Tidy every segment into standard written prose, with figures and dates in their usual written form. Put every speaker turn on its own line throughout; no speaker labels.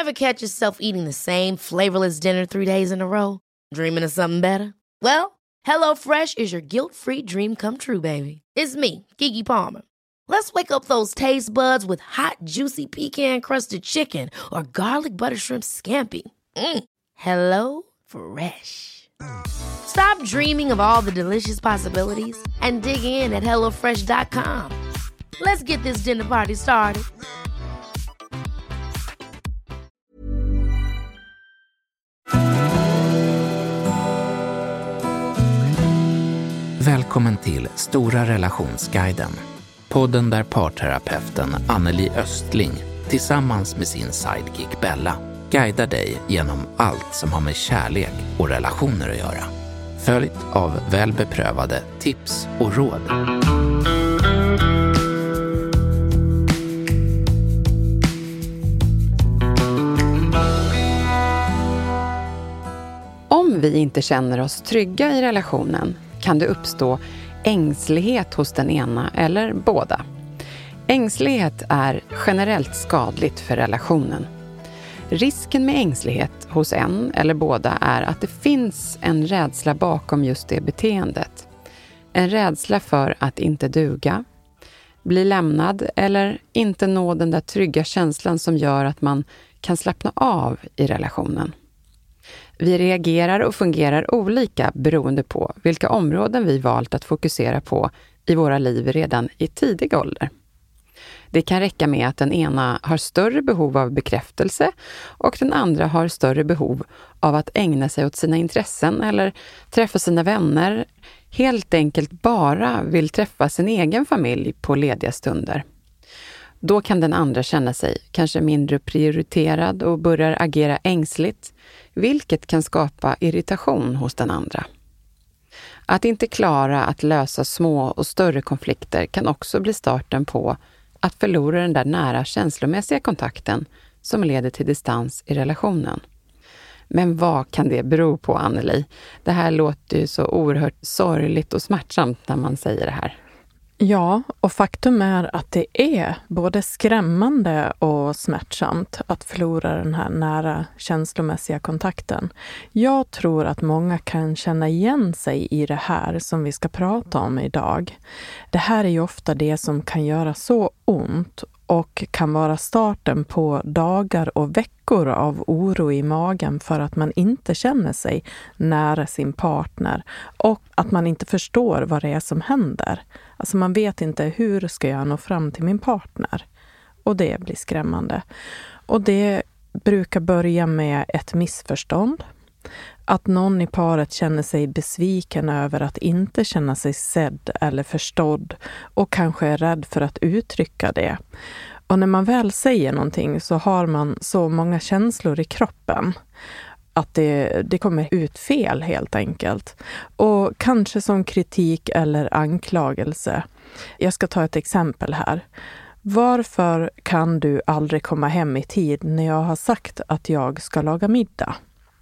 Ever catch yourself eating the same flavorless dinner 3 days in a row? Dreaming of something better? Well, HelloFresh is your guilt-free dream come true, baby. It's me, Keke Palmer. Let's wake up those taste buds with hot, juicy pecan-crusted chicken or garlic butter shrimp scampi. Hello Fresh. Stop dreaming of all the delicious possibilities and dig in at HelloFresh.com. Let's get this dinner party started.
Välkommen till Stora relationsguiden. Podden där parterapeuten Anneli Östling tillsammans med sin sidekick Bella guidar dig genom allt som har med kärlek och relationer att göra. Följt av välbeprövade tips och råd.
Om vi inte känner oss trygga i relationen kan det uppstå ängslighet hos den ena eller båda. Ängslighet är generellt skadligt för relationen. Risken med ängslighet hos en eller båda är att det finns en rädsla bakom just det beteendet. En rädsla för att inte duga, bli lämnad eller inte nå den där trygga känslan som gör att man kan slappna av i relationen. Vi reagerar och fungerar olika beroende på vilka områden vi valt att fokusera på i våra liv redan i tidig ålder. Det kan räcka med att den ena har större behov av bekräftelse och den andra har större behov av att ägna sig åt sina intressen eller träffa sina vänner, helt enkelt bara vill träffa sin egen familj på lediga stunder. Då kan den andra känna sig kanske mindre prioriterad och börjar agera ängsligt, vilket kan skapa irritation hos den andra. Att inte klara att lösa små och större konflikter kan också bli starten på att förlora den där nära känslomässiga kontakten som leder till distans i relationen. Men vad kan det bero på, Anneli? Det här låter ju så oerhört sorgligt och smärtsamt när man säger det här.
Ja, och faktum är att det är både skrämmande och smärtsamt att förlora den här nära känslomässiga kontakten. Jag tror att många kan känna igen sig i det här som vi ska prata om idag. Det här är ju ofta det som kan göra så ont och kan vara starten på dagar och veckor av oro i magen för att man inte känner sig nära sin partner och att man inte förstår vad det är som händer. Alltså man vet inte hur ska jag nå fram till min partner. Och det blir skrämmande. Och det brukar börja med ett missförstånd. Att någon i paret känner sig besviken över att inte känna sig sedd eller förstådd och kanske är rädd för att uttrycka det. Och när man väl säger någonting så har man så många känslor i kroppen att det kommer ut fel helt enkelt. Och kanske som kritik eller anklagelse. Jag ska ta ett exempel här. Varför kan du aldrig komma hem i tid när jag har sagt att jag ska laga middag?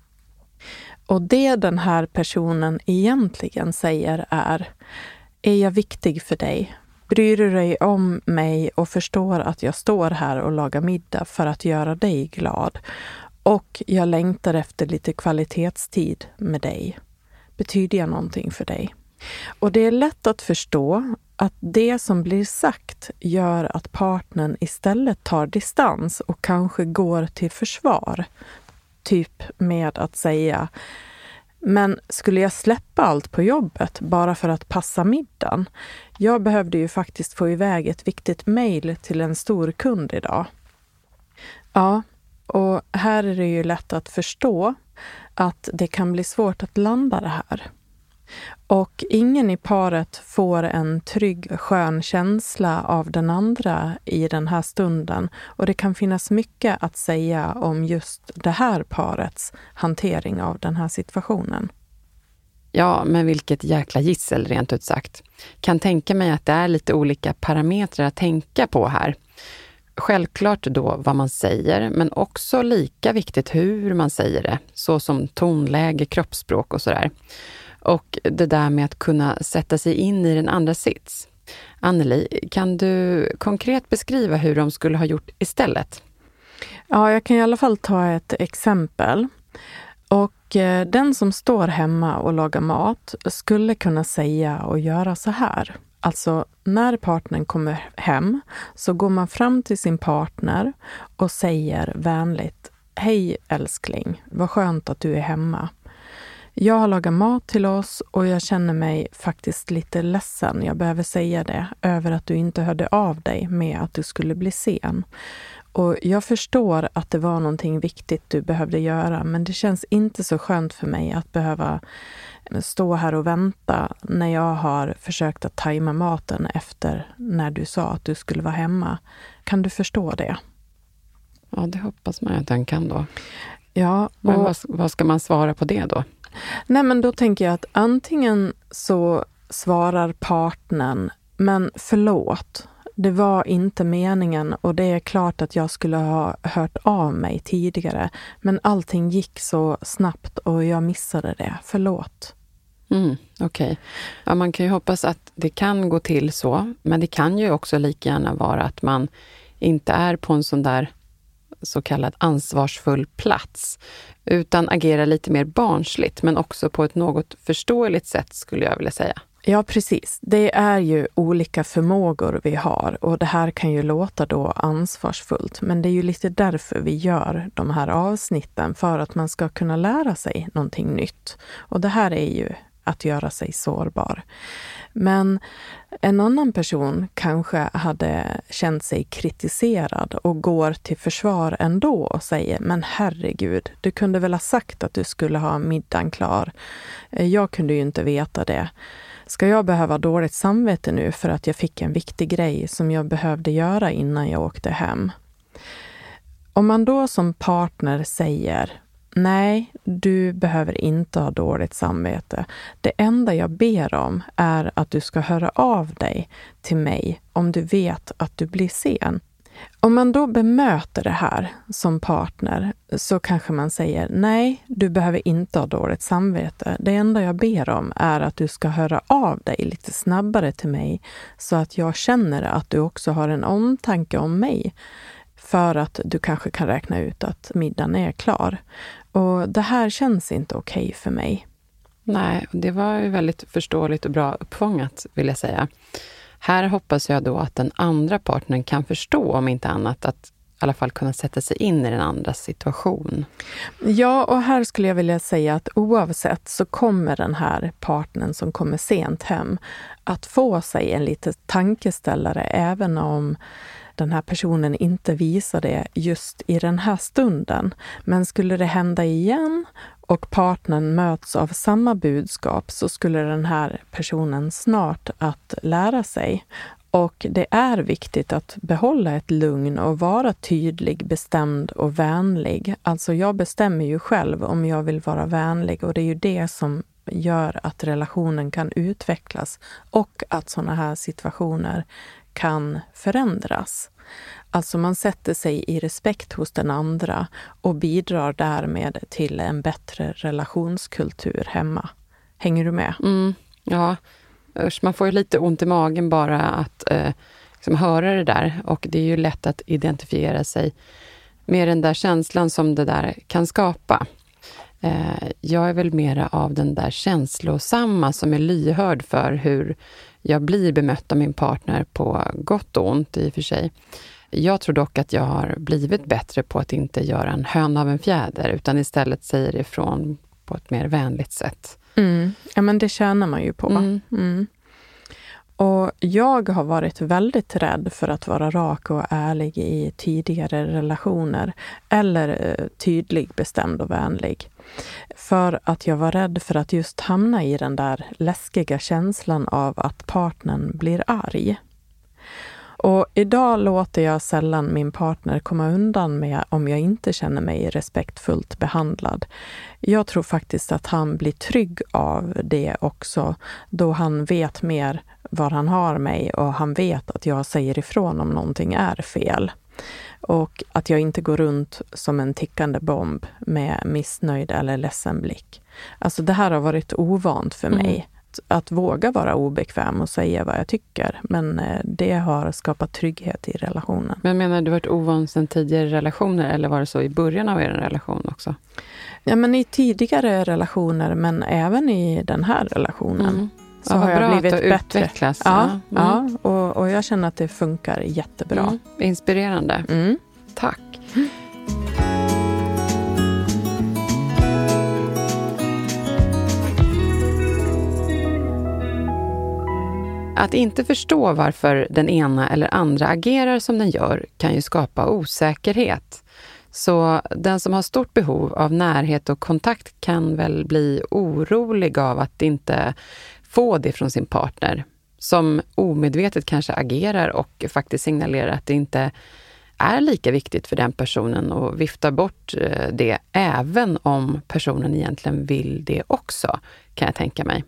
Och det den här personen egentligen säger är jag viktig för dig? Bryr du dig om mig och förstår att jag står här och lagar middag för att göra dig glad? Och jag längtar efter lite kvalitetstid med dig. Betyder jag någonting för dig? Och det är lätt att förstå att det som blir sagt gör att partnern istället tar distans och kanske går till försvar. Typ med att säga, men skulle jag släppa allt på jobbet bara för att passa middagen? Jag behövde ju faktiskt få iväg ett viktigt mejl till en stor kund idag. Ja, och här är det ju lätt att förstå att det kan bli svårt att landa det här. Och ingen i paret får en trygg, skön känsla av den andra i den här stunden. Och det kan finnas mycket att säga om just det här parets hantering av den här situationen.
Ja, men vilket jäkla gissel rent ut sagt. Kan tänka mig att det är lite olika parametrar att tänka på här. Självklart då vad man säger, men också lika viktigt hur man säger det. Så som tonläge, kroppsspråk och sådär. Och det där med att kunna sätta sig in i den andra sits. Anneli, kan du konkret beskriva hur de skulle ha gjort istället?
Ja, jag kan i alla fall ta ett exempel. Och den som står hemma och lagar mat skulle kunna säga och göra så här. Alltså när partnern kommer hem så går man fram till sin partner och säger vänligt: hej älskling, vad skönt att du är hemma. Jag har lagat mat till oss och jag känner mig faktiskt lite ledsen, jag behöver säga det, över att du inte hörde av dig med att du skulle bli sen. Och jag förstår att det var någonting viktigt du behövde göra, men det känns inte så skönt för mig att behöva stå här och vänta när jag har försökt att tajma maten efter när du sa att du skulle vara hemma. Kan du förstå det?
Ja, det hoppas man att den kan då.
Ja,
men vad ska man svara på det då?
Nej, men då tänker jag att antingen så svarar partnern: men förlåt, det var inte meningen och det är klart att jag skulle ha hört av mig tidigare, men allting gick så snabbt och jag missade det. Förlåt.
Okej. Ja, man kan ju hoppas att det kan gå till så, men det kan ju också lika gärna vara att man inte är på en sån där så kallad ansvarsfull plats, utan agerar lite mer barnsligt, men också på ett något förståeligt sätt skulle jag vilja säga.
Ja, precis. Det är ju olika förmågor vi har och det här kan ju låta då ansvarsfullt, men det är ju lite därför vi gör de här avsnitten, för att man ska kunna lära sig någonting nytt. Och det här är ju att göra sig sårbar. Men en annan person kanske hade känt sig kritiserad och går till försvar ändå och säger: men herregud, du kunde väl ha sagt att du skulle ha middagen klar. Jag kunde ju inte veta det. Ska jag behöva dåligt samvete nu för att jag fick en viktig grej som jag behövde göra innan jag åkte hem? Om man då som partner säger: nej, du behöver inte ha dåligt samvete. Det enda jag ber om är att du ska höra av dig till mig om du vet att du blir sen. Om man då bemöter det här som partner så kanske man säger: nej, du behöver inte ha dåligt samvete. Det enda jag ber om är att du ska höra av dig lite snabbare till mig så att jag känner att du också har en omtanke om mig, för att du kanske kan räkna ut att middagen är klar. Och det här känns inte okej för mig.
Nej, det var ju väldigt förståeligt och bra uppfångat, vill jag säga. Här hoppas jag då att den andra partnern kan förstå, om inte annat, att i alla fall kunna sätta sig in i den andras situation.
Ja, och här skulle jag vilja säga att oavsett så kommer den här partnern som kommer sent hem att få sig en lite tankeställare, även om den här personen inte visar det just i den här stunden. Men skulle det hända igen och partnern möts av samma budskap, så skulle den här personen snart att lära sig. Och det är viktigt att behålla ett lugn och vara tydlig, bestämd och vänlig. Alltså jag bestämmer ju själv om jag vill vara vänlig, och det är ju det som gör att relationen kan utvecklas och att sådana här situationer kan förändras. Alltså man sätter sig i respekt hos den andra och bidrar därmed till en bättre relationskultur hemma. Hänger du med?
Ja, man får ju lite ont i magen bara att liksom höra det där, och det är ju lätt att identifiera sig med den där känslan som det där kan skapa. Jag är väl mera av den där känslosamma som är lyhörd för hur jag blir bemött av min partner, på gott och ont i och för sig. Jag tror dock att jag har blivit bättre på att inte göra en hön av en fjäder, utan istället säger ifrån på ett mer vänligt sätt.
Ja, men det tjänar man ju på. Och jag har varit väldigt rädd för att vara rak och ärlig i tidigare relationer, eller tydlig, bestämd och vänlig. För att jag var rädd för att just hamna i den där läskiga känslan av att partnern blir arg. Och idag låter jag sällan min partner komma undan med om jag inte känner mig respektfullt behandlad. Jag tror faktiskt att han blir trygg av det också, då han vet mer var han har mig och han vet att jag säger ifrån om någonting är fel. Och att jag inte går runt som en tickande bomb med missnöjd eller ledsen blick. Alltså det här har varit ovant för mig. att våga vara obekväm och säga vad jag tycker. Men det har skapat trygghet i relationen.
Men menar du varit ovan sedan tidigare relationer eller var det så i början av er relation också?
Ja, men i tidigare relationer men även i den här relationen. Så har jag blivit bättre.
Utvecklas.
Ja, och jag känner att det funkar jättebra.
Inspirerande. Tack. Att inte förstå varför den ena eller andra agerar som den gör kan ju skapa osäkerhet. Så den som har stort behov av närhet och kontakt kan väl bli orolig av att inte få det från sin partner. Som omedvetet kanske agerar och faktiskt signalerar att det inte är lika viktigt för den personen och viftar bort det även om personen egentligen vill det också, kan jag tänka mig.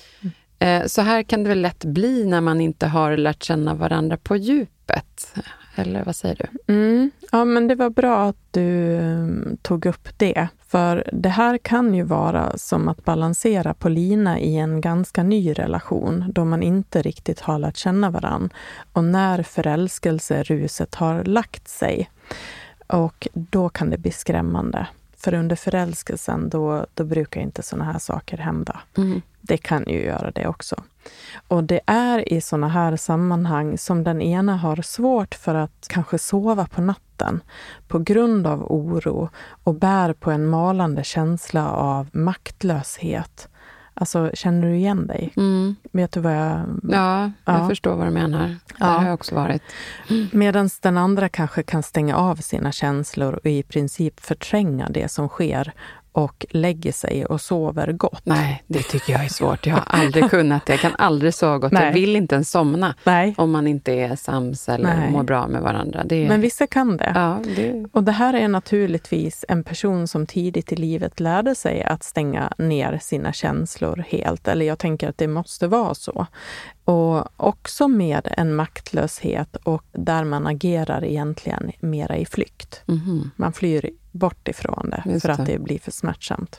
Så här kan det väl lätt bli när man inte har lärt känna varandra på djupet. Eller vad säger du?
Ja, men det var bra att du tog upp det. För det här kan ju vara som att balansera på lina i en ganska ny relation då man inte riktigt har lärt känna varann. Och när förälskelseruset har lagt sig. Och då kan det bli skrämmande. För under förälskelsen då brukar inte såna här saker hända. Det kan ju göra det också. Och det är i såna här sammanhang som den ena har svårt för att kanske sova på natten på grund av oro och bär på en malande känsla av maktlöshet. Alltså, känner du igen dig? Vet du vad jag...
Ja, jag förstår vad du menar. Det har jag också varit.
Medan den andra kanske kan stänga av sina känslor och i princip förtränga det som sker och lägger sig och sover gott.
Nej, det tycker jag är svårt. Jag har aldrig kunnat det. Jag kan aldrig sova gott. Jag vill inte ens somna om man inte är sams eller mår bra med varandra.
Men vissa kan det.
Ja,
Och det här är naturligtvis en person som tidigt i livet lärde sig att stänga ner sina känslor helt. Eller jag tänker att det måste vara så. Och också med en maktlöshet och där man agerar egentligen mera i flykt. Man flyr bort ifrån det för att det blir för smärtsamt.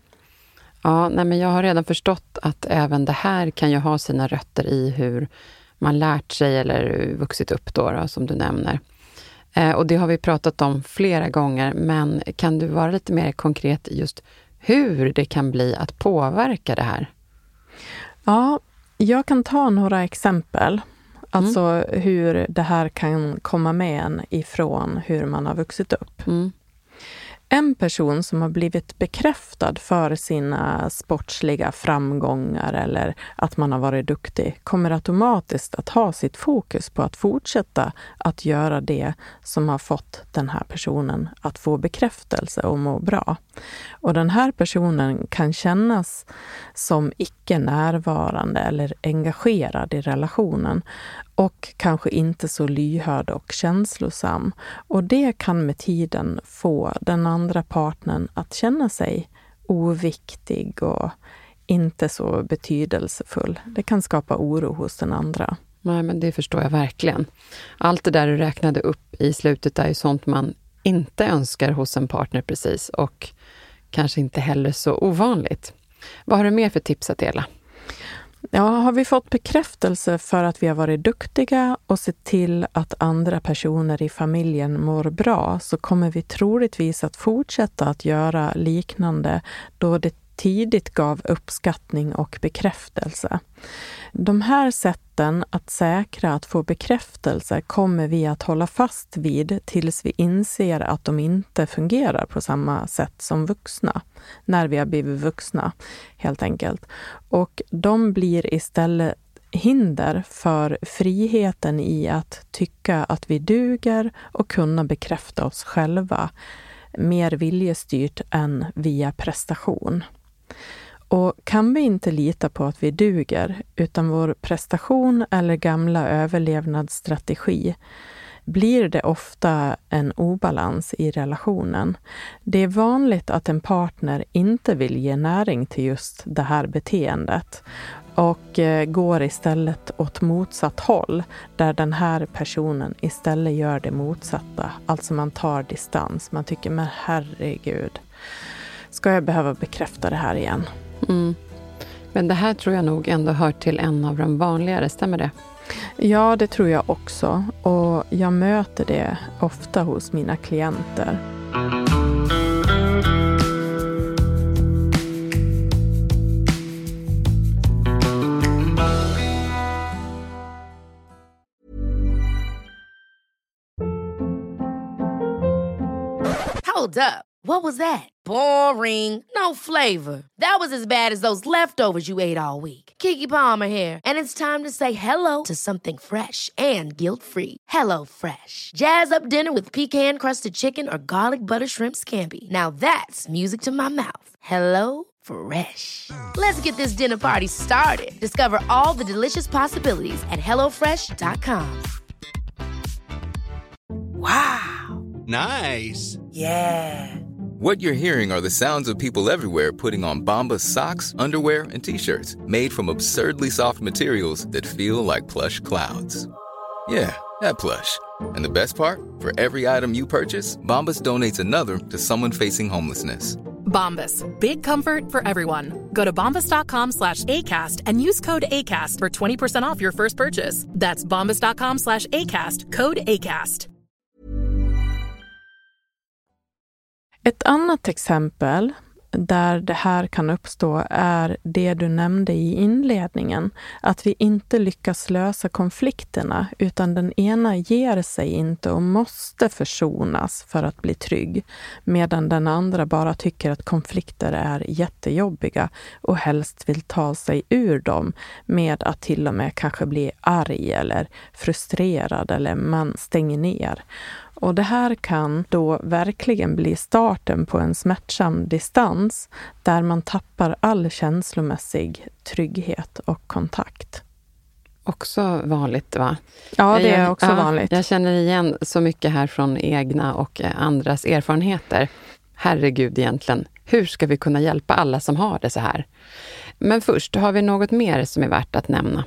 Ja, men jag har redan förstått att även det här kan ju ha sina rötter i hur man lärt sig eller vuxit upp då som du nämner. Och det har vi pratat om flera gånger, men kan du vara lite mer konkret i just hur det kan bli att påverka det här?
Ja, jag kan ta några exempel. Alltså hur det här kan komma med en ifrån hur man har vuxit upp. En person som har blivit bekräftad för sina sportsliga framgångar eller att man har varit duktig kommer automatiskt att ha sitt fokus på att fortsätta att göra det som har fått den här personen att få bekräftelse och må bra. Och den här personen kan kännas som icke närvarande eller engagerad i relationen och kanske inte så lyhörd och känslosam. Och det kan med tiden få den andra partnern att känna sig oviktig och inte så betydelsefull. Det kan skapa oro hos den andra.
Nej, men det förstår jag verkligen. Allt det där du räknade upp i slutet är ju sånt man inte önskar hos en partner precis och kanske inte heller så ovanligt. Vad har du mer för tips att dela?
Ja, har vi fått bekräftelse för att vi har varit duktiga och sett till att andra personer i familjen mår bra så kommer vi troligtvis att fortsätta att göra liknande då det tidigt gav uppskattning och bekräftelse. De här sätten att säkra att få bekräftelse kommer vi att hålla fast vid tills vi inser att de inte fungerar på samma sätt som vuxna. När vi har blivit vuxna, helt enkelt. Och de blir istället hinder för friheten i att tycka att vi duger och kunna bekräfta oss själva. Mer viljestyrt än via prestation. Och kan vi inte lita på att vi duger utan vår prestation eller gamla överlevnadsstrategi blir det ofta en obalans i relationen. Det är vanligt att en partner inte vill ge näring till just det här beteendet och går istället åt motsatt håll där den här personen istället gör det motsatta. Alltså man tar distans, man tycker men herregud, ska jag behöva bekräfta det här igen?
Men det här tror jag nog ändå hör till en av de vanligare, stämmer det?
Ja, det tror jag också. Och jag möter det ofta hos mina klienter.
Hold up. What was that? Boring. No flavor. That was as bad as those leftovers you ate all week. Keke Palmer here, and it's time to say hello to something fresh and guilt-free. Hello Fresh. Jazz up dinner with pecan-crusted chicken or garlic butter shrimp scampi. Now that's music to my mouth. Hello Fresh. Let's get this dinner party started. Discover all the delicious possibilities at hellofresh.com.
Wow.
Nice.
Yeah.
What you're hearing are the sounds of people everywhere putting on Bombas socks, underwear, and T-shirts made from absurdly soft materials that feel like plush clouds. Yeah, that plush. And the best part? For every item you purchase, Bombas donates another to someone facing homelessness.
Bombas. Big comfort for everyone. Go to bombas.com/ACAST and use code ACAST for 20% off your first purchase. That's bombas.com/ACAST. Code ACAST.
Ett annat exempel där det här kan uppstå är det du nämnde i inledningen. Att vi inte lyckas lösa konflikterna utan den ena ger sig inte och måste försonas för att bli trygg. Medan den andra bara tycker att konflikter är jättejobbiga och helst vill ta sig ur dem med att till och med kanske bli arg eller frustrerad eller man stänger ner. Och det här kan då verkligen bli starten på en smärtsam distans där man tappar all känslomässig trygghet och kontakt.
Också vanligt, va?
Ja, det är också vanligt.
Jag känner igen så mycket här från egna och andras erfarenheter. Herregud egentligen, hur ska vi kunna hjälpa alla som har det så här? Men först, har vi något mer som är värt att nämna?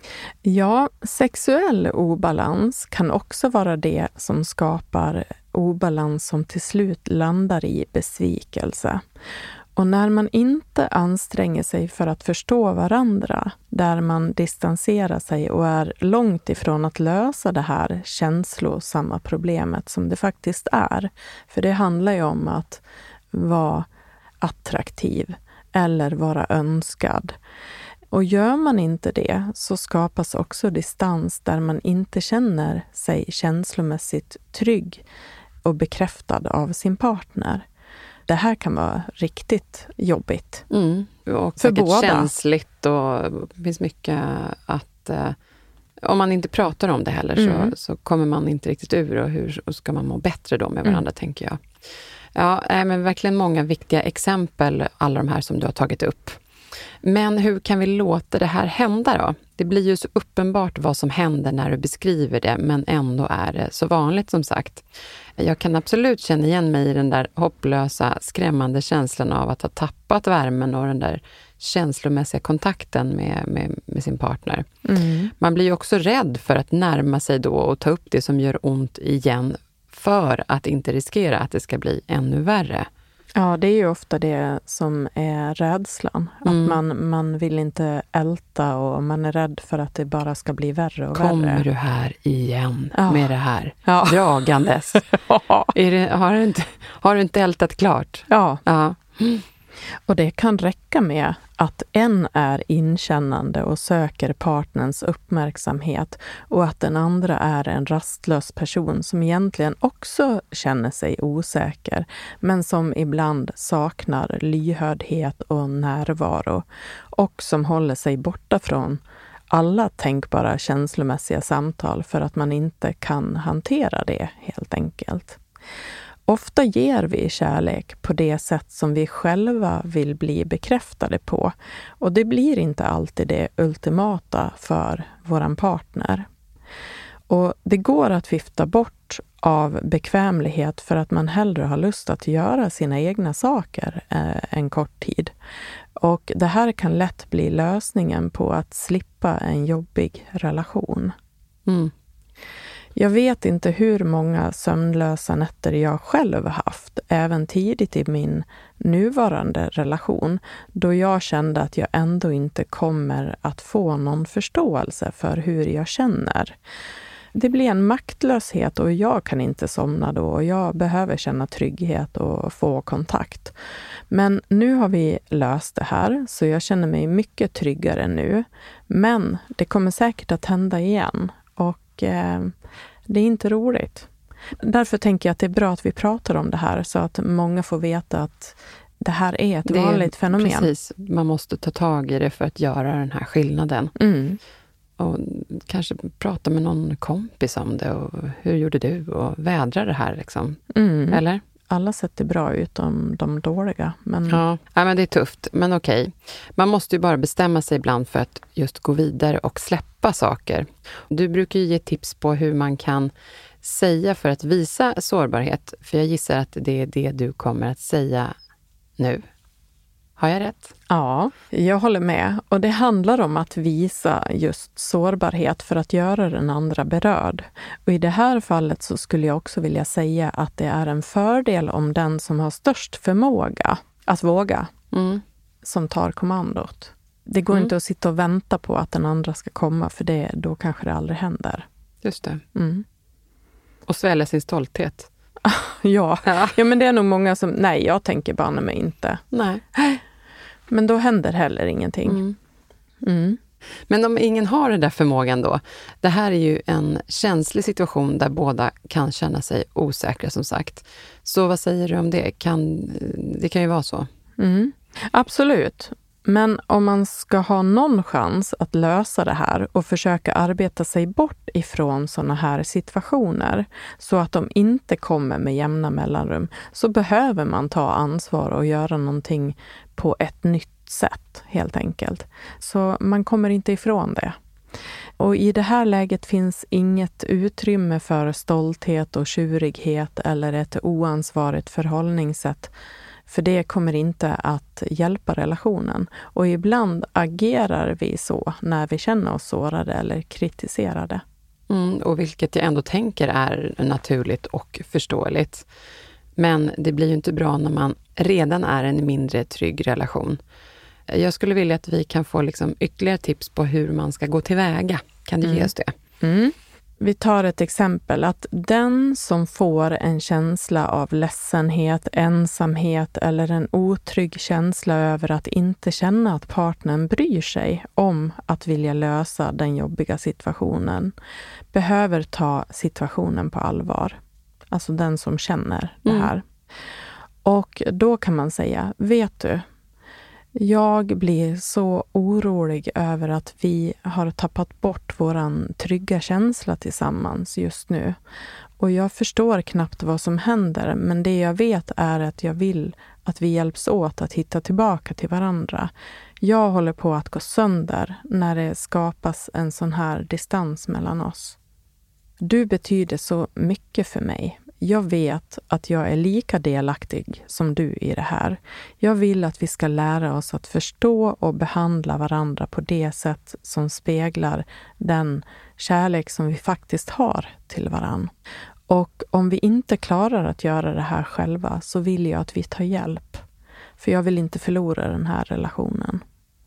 Ja, sexuell obalans kan också vara det som skapar obalans som till slut landar i besvikelse. Och när man inte anstränger sig för att förstå varandra, där man distanserar sig och är långt ifrån att lösa det här känslosamma problemet som det faktiskt är. För det handlar ju om att vara attraktiv eller vara önskad. Och gör man inte det så skapas också distans där man inte känner sig känslomässigt trygg och bekräftad av sin partner. Det här kan vara riktigt jobbigt.
Och
för båda.
Känsligt och det finns mycket att om man inte pratar om det heller så kommer man inte riktigt ur och hur ska man må bättre då med varandra tänker jag. Ja, men verkligen många viktiga exempel, alla de här som du har tagit upp. Men hur kan vi låta det här hända då? Det blir ju så uppenbart vad som händer när du beskriver det, men ändå är det så vanligt som sagt. Jag kan absolut känna igen mig i den där hopplösa, skrämmande känslan av att ha tappat värmen och den där känslomässiga kontakten med sin partner. Man blir ju också rädd för att närma sig då och ta upp det som gör ont igen för att inte riskera att det ska bli ännu värre.
Ja, det är ju ofta det som är rädslan. Att man vill inte älta och man är rädd för att det bara ska bli värre och värre.
Kommer du här igen med det här dragandes? Har du inte ältat klart?
Ja. Och det kan räcka med att en är inkännande och söker partnerns uppmärksamhet och att den andra är en rastlös person som egentligen också känner sig osäker men som ibland saknar lyhördhet och närvaro och som håller sig borta från alla tänkbara känslomässiga samtal för att man inte kan hantera det helt enkelt. Ofta ger vi kärlek på det sätt som vi själva vill bli bekräftade på. Och det blir inte alltid det ultimata för våran partner. Och det går att vifta bort av bekvämlighet för att man hellre har lust att göra sina egna saker en kort tid. Och det här kan lätt bli lösningen på att slippa en jobbig relation. Jag vet inte hur många sömnlösa nätter jag själv haft, även tidigt i min nuvarande relation, då jag kände att jag ändå inte kommer att få någon förståelse för hur jag känner. Det blir en maktlöshet och jag kan inte somna då och jag behöver känna trygghet och få kontakt. Men nu har vi löst det här så jag känner mig mycket tryggare nu. Men det kommer säkert att hända igen och det är inte roligt. Därför tänker jag att det är bra att vi pratar om det här så att många får veta att det här är ett vanligt fenomen.
Precis, man måste ta tag i det för att göra den här skillnaden.
Mm.
Och kanske prata med någon kompis om det och hur gjorde du och vädra det här liksom.
Mm.
Eller?
Alla sätter bra ut om de dåliga. Men...
Ja, men det är tufft. Men okej. Man måste ju bara bestämma sig ibland för att just gå vidare och släppa saker. Du brukar ju ge tips på hur man kan säga för att visa sårbarhet. För jag gissar att det är det du kommer att säga nu. Har jag rätt?
Ja, jag håller med. Och det handlar om att visa just sårbarhet för att göra den andra berörd. Och i det här fallet så skulle jag också vilja säga att det är en fördel om den som har störst förmåga att våga som tar kommandot. Det går inte att sitta och vänta på att den andra ska komma för då kanske det aldrig händer.
Just det.
Mm.
Och svälja sin stolthet.
Ja, men det är nog många som, nej jag tänker banne mig inte.
Nej.
Men då händer heller ingenting.
Men om ingen har den där förmågan då, det här är ju en känslig situation där båda kan känna sig osäkra som sagt. Så vad säger du om det? Det kan ju vara så.
Absolut. Men om man ska ha någon chans att lösa det här och försöka arbeta sig bort ifrån såna här situationer så att de inte kommer med jämna mellanrum så behöver man ta ansvar och göra någonting på ett nytt sätt helt enkelt. Så man kommer inte ifrån det. Och i det här läget finns inget utrymme för stolthet och tjurighet eller ett oansvarigt förhållningssätt. För det kommer inte att hjälpa relationen. Och ibland agerar vi så när vi känner oss sårade eller kritiserade.
Och vilket jag ändå tänker är naturligt och förståeligt. Men det blir ju inte bra när man redan är en mindre trygg relation. Jag skulle vilja att vi kan få ytterligare tips på hur man ska gå tillväga. Kan du ge oss det?
Vi tar ett exempel att den som får en känsla av ledsenhet, ensamhet eller en otrygg känsla över att inte känna att partnern bryr sig om att vilja lösa den jobbiga situationen behöver ta situationen på allvar. Alltså den som känner det här. Och då kan man säga, vet du, jag blir så orolig över att vi har tappat bort våran trygga känsla tillsammans just nu. Och jag förstår knappt vad som händer, men det jag vet är att jag vill att vi hjälps åt att hitta tillbaka till varandra. Jag håller på att gå sönder när det skapas en sån här distans mellan oss. Du betyder så mycket för mig. Jag vet att jag är lika delaktig som du i det här. Jag vill att vi ska lära oss att förstå och behandla varandra på det sätt som speglar den kärlek som vi faktiskt har till varann. Och om vi inte klarar att göra det här själva så vill jag att vi tar hjälp. För jag vill inte förlora den här relationen.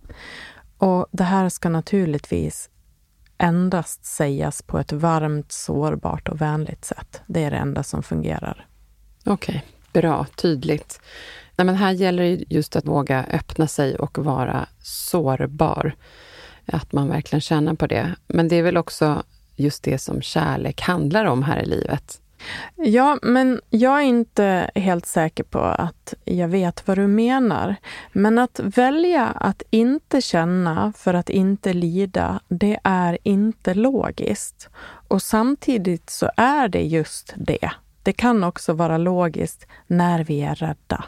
Och det här ska naturligtvis endast sägas på ett varmt, sårbart och vänligt sätt. Det är det enda som fungerar.
Okej, bra, tydligt. Nej, men här gäller det just att våga öppna sig och vara sårbar. Att man verkligen känner på det. Men det är väl också just det som kärlek handlar om här i livet.
Ja, men jag är inte helt säker på att jag vet vad du menar. Men att välja att inte känna för att inte lida, det är inte logiskt. Och samtidigt så är det just det. Det kan också vara logiskt när vi är rädda.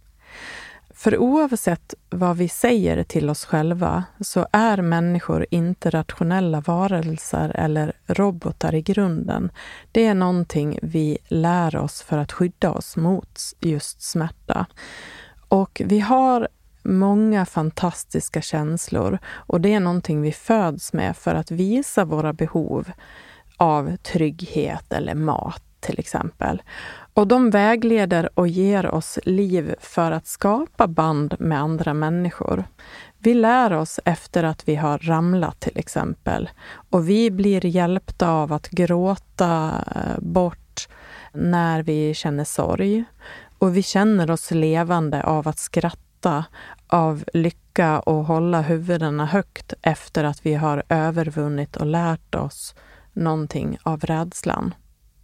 För oavsett vad vi säger till oss själva så är människor inte rationella varelser eller robotar i grunden. Det är någonting vi lär oss för att skydda oss mot just smärta. Och vi har många fantastiska känslor och det är någonting vi föds med för att visa våra behov av trygghet eller mat till exempel. Och de vägleder och ger oss liv för att skapa band med andra människor. Vi lär oss efter att vi har ramlat till exempel. Och vi blir hjälpta av att gråta bort när vi känner sorg. Och vi känner oss levande av att skratta, av lycka och hålla huvudena högt efter att vi har övervunnit och lärt oss någonting av rädslan.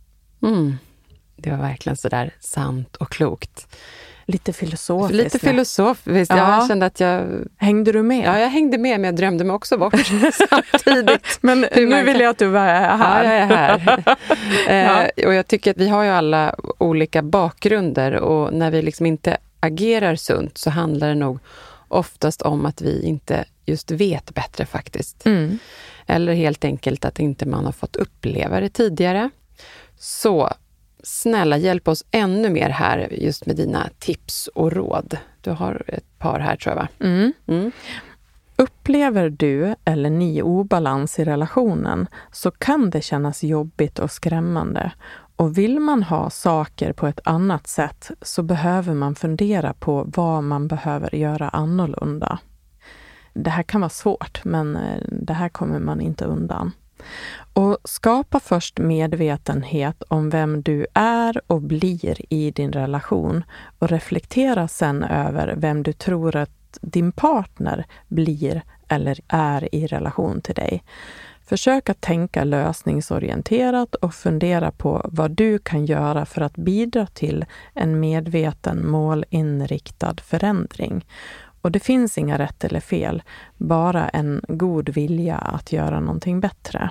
Det var verkligen så där sant och klokt.
Lite filosofiskt.
Lite filosofiskt. Ja. Jag kände att jag...
Hängde du med?
Ja, jag hängde med, men jag drömde mig också bort samtidigt.
Men nu vill jag att du var här.
Ja, jag är här. Och jag tycker att vi har ju alla olika bakgrunder, och när vi liksom inte agerar sunt så handlar det nog oftast om att vi inte just vet bättre faktiskt. Eller helt enkelt att inte man har fått uppleva det tidigare. Så snälla, hjälp oss ännu mer här just med dina tips och råd. Du har ett par här, tror jag, va?
Upplever du eller ni obalans i relationen så kan det kännas jobbigt och skrämmande. Och vill man ha saker på ett annat sätt så behöver man fundera på vad man behöver göra annorlunda. Det här kan vara svårt, men det här kommer man inte undan. Och skapa först medvetenhet om vem du är och blir i din relation, och reflektera sen över vem du tror att din partner blir eller är i relation till dig. Försök att tänka lösningsorienterat och fundera på vad du kan göra för att bidra till en medveten målinriktad förändring. Och det finns inga rätt eller fel, bara en god vilja att göra någonting bättre.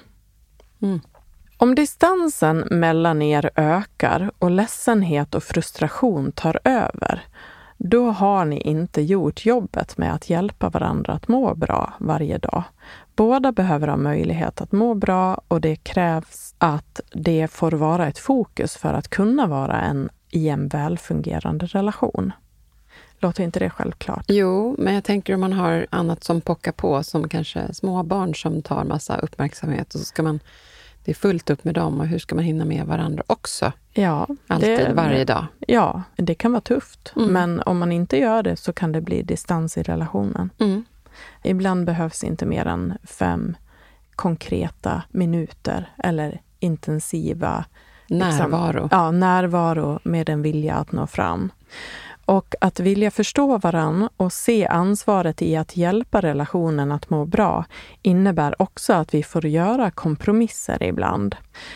Om distansen mellan er ökar och ledsenhet och frustration tar över, då har ni inte gjort jobbet med att hjälpa varandra att må bra varje dag. Båda behöver ha möjlighet att må bra, och det krävs att det får vara ett fokus för att kunna vara i en välfungerande relation. Låter inte det självklart?
Jo, men jag tänker om man har annat som pockar på, som kanske små barn som tar massa uppmärksamhet, och så ska man, det är fullt upp med dem, och hur ska man hinna med varandra också?
Ja,
alltid, varje dag.
Ja, det kan vara tufft. Men om man inte gör det så kan det bli distans i relationen. Ibland behövs inte mer än 5 konkreta minuter eller intensiva
närvaro.
Närvaro med en vilja att nå fram. Och att vilja förstå varann och se ansvaret i att hjälpa relationen att må bra innebär också att vi får göra kompromisser ibland.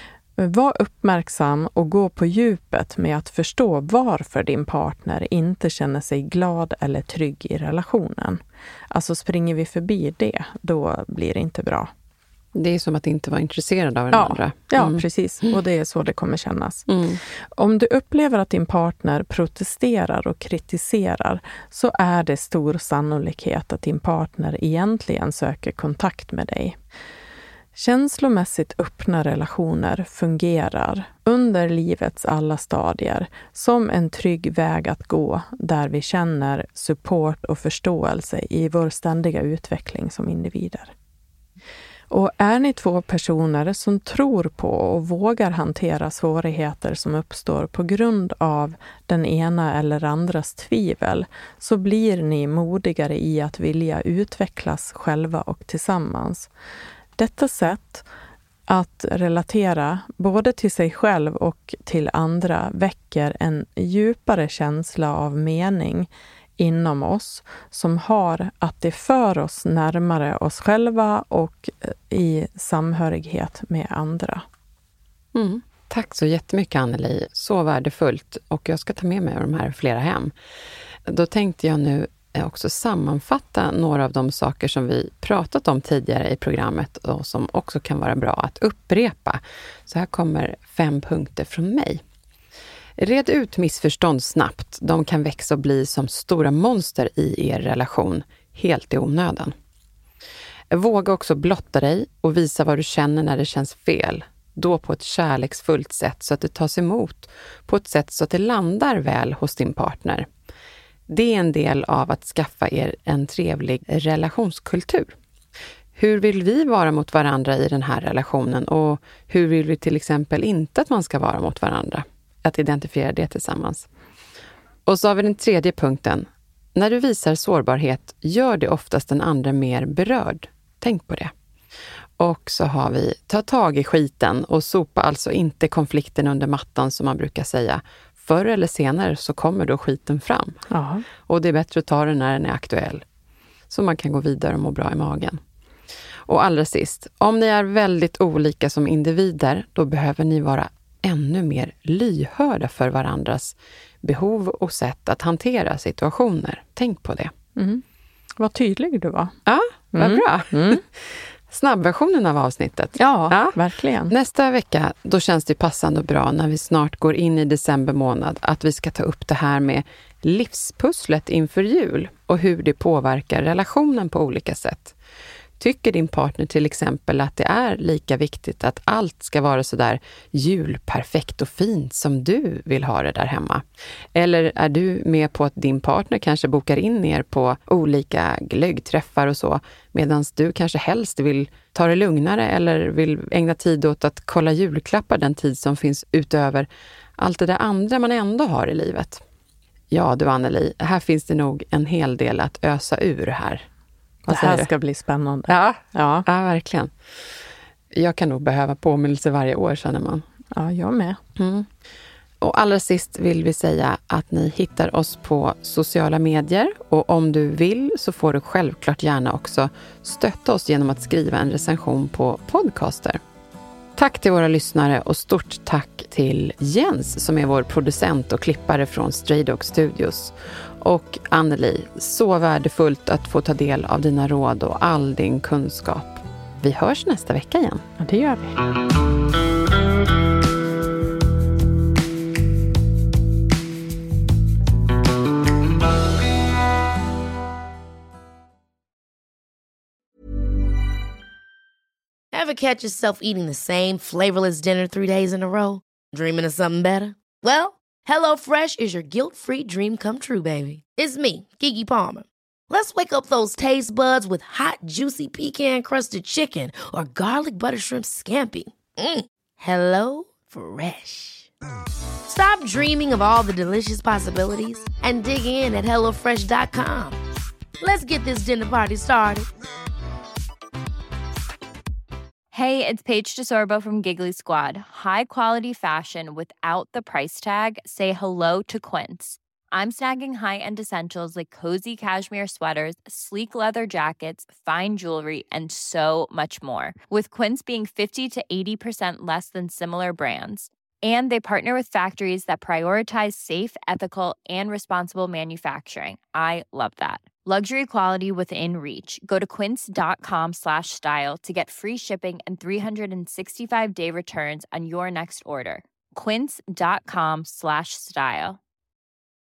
Var uppmärksam och gå på djupet med att förstå varför din partner inte känner sig glad eller trygg i relationen. Alltså springer vi förbi det, då blir det inte bra.
Det är som att inte vara intresserad av den andra.
Ja, precis. Och det är så det kommer kännas. Om du upplever att din partner protesterar och kritiserar, så är det stor sannolikhet att din partner egentligen söker kontakt med dig. Känslomässigt öppna relationer fungerar under livets alla stadier som en trygg väg att gå, där vi känner support och förståelse i vår ständiga utveckling som individer. Och är ni 2 personer som tror på och vågar hantera svårigheter som uppstår på grund av den ena eller andras tvivel, så blir ni modigare i att vilja utvecklas själva och tillsammans. Detta sätt att relatera både till sig själv och till andra väcker en djupare känsla av mening inom oss, som har att det för oss närmare oss själva och i samhörighet med andra.
Tack så jättemycket, Anneli. Så värdefullt, och jag ska ta med mig de här flera hem. Då tänkte jag nu också sammanfatta några av de saker som vi pratat om tidigare i programmet och som också kan vara bra att upprepa. Så här kommer 5 punkter från mig. Red ut missförstånd snabbt. De kan växa och bli som stora monster i er relation, helt i onödan. Våga också blotta dig och visa vad du känner när det känns fel. Då på ett kärleksfullt sätt, så att det tas emot på ett sätt så att det landar väl hos din partner. Det är en del av att skaffa er en trevlig relationskultur. Hur vill vi vara mot varandra i den här relationen och hur vill vi till exempel inte att man ska vara mot varandra? Att identifiera det tillsammans. Och så har vi den tredje punkten. När du visar sårbarhet gör det oftast den andra mer berörd. Tänk på det. Och så har vi ta tag i skiten och sopa alltså inte konflikten under mattan som man brukar säga. Förr eller senare så kommer då skiten fram.
Ja.
Och det är bättre att ta den när den är aktuell. Så man kan gå vidare och må bra i magen. Och allra sist, om ni är väldigt olika som individer, då behöver ni vara ännu mer lyhörda för varandras behov och sätt att hantera situationer. Tänk på det.
Mm. Vad tydlig du var.
Ja, vad bra. Snabbversionen av avsnittet.
Ja, verkligen.
Nästa vecka, då känns det passande och bra när vi snart går in i december månad att vi ska ta upp det här med livspusslet inför jul och hur det påverkar relationen på olika sätt. Tycker din partner till exempel att det är lika viktigt att allt ska vara så där julperfekt och fint som du vill ha det där hemma? Eller är du med på att din partner kanske bokar in er på olika glöggträffar och så, medan du kanske helst vill ta det lugnare eller vill ägna tid åt att kolla julklappar den tid som finns utöver allt det där andra man ändå har i livet? Ja du Anneli, här finns det nog en hel del att ösa ur här.
Det här ska bli spännande.
Ja, verkligen. Jag kan nog behöva påminnelse varje år, känner man.
Ja, jag med.
Och allra sist vill vi säga att ni hittar oss på sociala medier. Och om du vill så får du självklart gärna också stötta oss genom att skriva en recension på Podcaster. Tack till våra lyssnare och stort tack till Jens som är vår producent och klippare från Stray Dog Studios. Och Anneli, så värdefullt att få ta del av dina råd och all din kunskap. Vi hörs nästa vecka igen.
Ja, det gör vi.
Ever catch yourself eating the same flavorless dinner 3 days in a row? Dreaming of something better? Well, HelloFresh is your guilt-free dream come true, baby. It's me, Keke Palmer. Let's wake up those taste buds with hot, juicy pecan-crusted chicken or garlic butter shrimp scampi. Hello Fresh. Stop dreaming of all the delicious possibilities and dig in at HelloFresh.com. Let's get this dinner party started.
Hey, it's Paige DeSorbo from Giggly Squad. High quality fashion without the price tag. Say hello to Quince. I'm snagging high-end essentials like cozy cashmere sweaters, sleek leather jackets, fine jewelry, and so much more. With Quince being 50 to 80% less than similar brands. And they partner with factories that prioritize safe, ethical, and responsible manufacturing. I love that. Luxury quality within reach. Go to quince.com/style to get free shipping and 365-day returns on your next order. Quince.com/style.